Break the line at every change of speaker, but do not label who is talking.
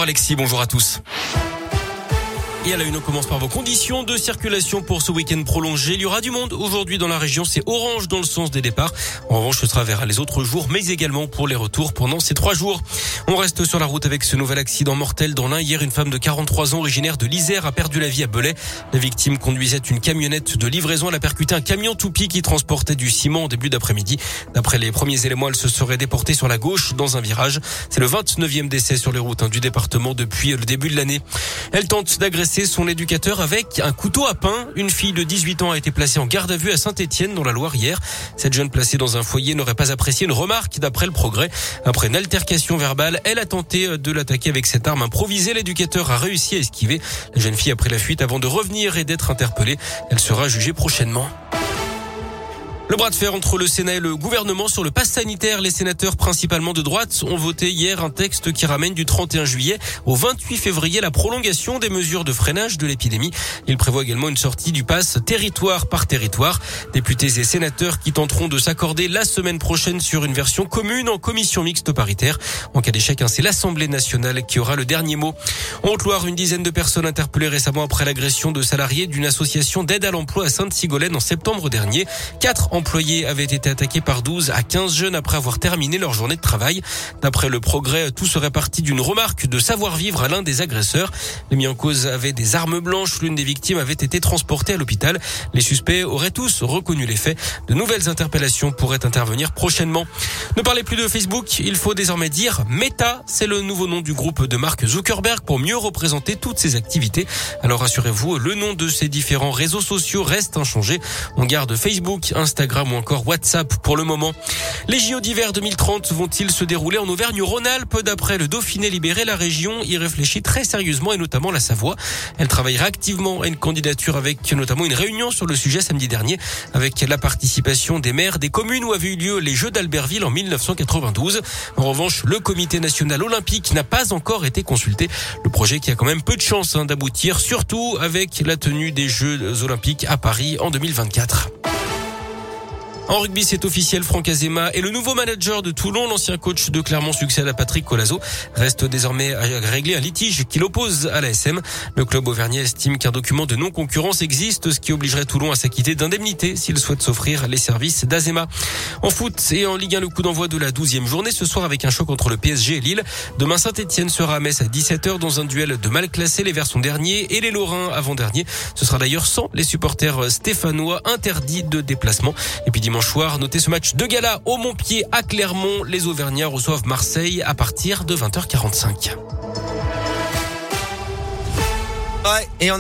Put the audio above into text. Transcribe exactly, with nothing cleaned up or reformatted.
Alexis, bonjour à tous. Et à la une, on commence par vos conditions de circulation pour ce week-end prolongé. Il y aura du monde aujourd'hui dans la région. C'est orange dans le sens des départs. En revanche, ce sera vers les autres jours, mais également pour les retours pendant ces trois jours. On reste sur la route avec ce nouvel accident mortel dans l'Ain. Hier, une femme de quarante-trois ans originaire de l'Isère a perdu la vie à Belay. La victime conduisait une camionnette de livraison. Elle a percuté un camion toupie qui transportait du ciment en début d'après-midi. D'après les premiers éléments, elle se serait déportée sur la gauche dans un virage. C'est le vingt-neuvième décès sur les routes hein, du département depuis le début de l'année. Elle tente d'agresser son éducateur avec un couteau à pain. Une fille de dix-huit ans a été placée en garde à vue à Saint-Étienne dans la Loire hier. Cette jeune placée dans un foyer n'aurait pas apprécié une remarque d'après le Progrès. Après une altercation verbale, elle a tenté de l'attaquer avec cette arme improvisée. L'éducateur a réussi à esquiver. La jeune fille a pris la fuite avant de revenir et d'être interpellée. Elle sera jugée prochainement. Le bras de fer entre le Sénat et le gouvernement sur le pass sanitaire. Les sénateurs, principalement de droite, ont voté hier un texte qui ramène du trente et un juillet au vingt-huit février la prolongation des mesures de freinage de l'épidémie. Il prévoit également une sortie du pass territoire par territoire. Députés et sénateurs qui tenteront de s'accorder la semaine prochaine sur une version commune en commission mixte paritaire. En cas d'échec, c'est l'Assemblée nationale qui aura le dernier mot. En Haute-Loire, une dizaine de personnes interpellées récemment après l'agression de salariés d'une association d'aide à l'emploi à Sainte-Sigolène en septembre dernier. Quatre employés avaient été attaqués par douze à quinze jeunes après avoir terminé leur journée de travail. D'après le Progrès, tout serait parti d'une remarque de savoir-vivre à l'un des agresseurs. Les mis en cause avaient des armes blanches. L'une des victimes avait été transportée à l'hôpital. Les suspects auraient tous reconnu les faits. De nouvelles interpellations pourraient intervenir prochainement. Ne parlez plus de Facebook, il faut désormais dire Meta. C'est le nouveau nom du groupe de Mark Zuckerberg pour mieux représenter toutes ses activités. Alors rassurez-vous, le nom de ces différents réseaux sociaux reste inchangé. On garde Facebook, Instagram ou encore WhatsApp pour le moment. Les J O d'hiver deux mille trente vont-ils se dérouler en Auvergne-Rhône-Alpes? D'après le Dauphiné libéré, la région y réfléchit très sérieusement et notamment la Savoie. Elle travaillera activement à une candidature avec notamment une réunion sur le sujet samedi dernier avec la participation des maires des communes où avaient eu lieu les Jeux d'Albertville en mille neuf cent quatre-vingt-douze. En revanche, le comité national olympique n'a pas encore été consulté. Le projet qui a quand même peu de chance hein, d'aboutir, surtout avec la tenue des Jeux olympiques à Paris en deux mille vingt-quatre. En rugby, c'est officiel, Franck Azema est le nouveau manager de Toulon. L'ancien coach de Clermont succède à Patrick Colazo. Reste désormais à régler un litige qui l'oppose à l'A S M. Le club auvergnat estime qu'un document de non-concurrence existe, ce qui obligerait Toulon à s'acquitter d'indemnités s'il souhaite s'offrir les services d'Azema. En foot et en Ligue un, le coup d'envoi de la douzième journée ce soir avec un choc entre le P S G et Lille. Demain, Saint-Etienne sera à Metz à dix-sept heures dans un duel de mal classés. Les Verts sont derniers et les Lorrains avant-derniers. Ce sera d'ailleurs sans les supporters stéphanois interdits de déplacement. Et puis dimanche soir, notez ce match de gala au Montpied à Clermont. Les Auvergnats reçoivent Marseille à partir de vingt heures quarante-cinq.
Ouais, et on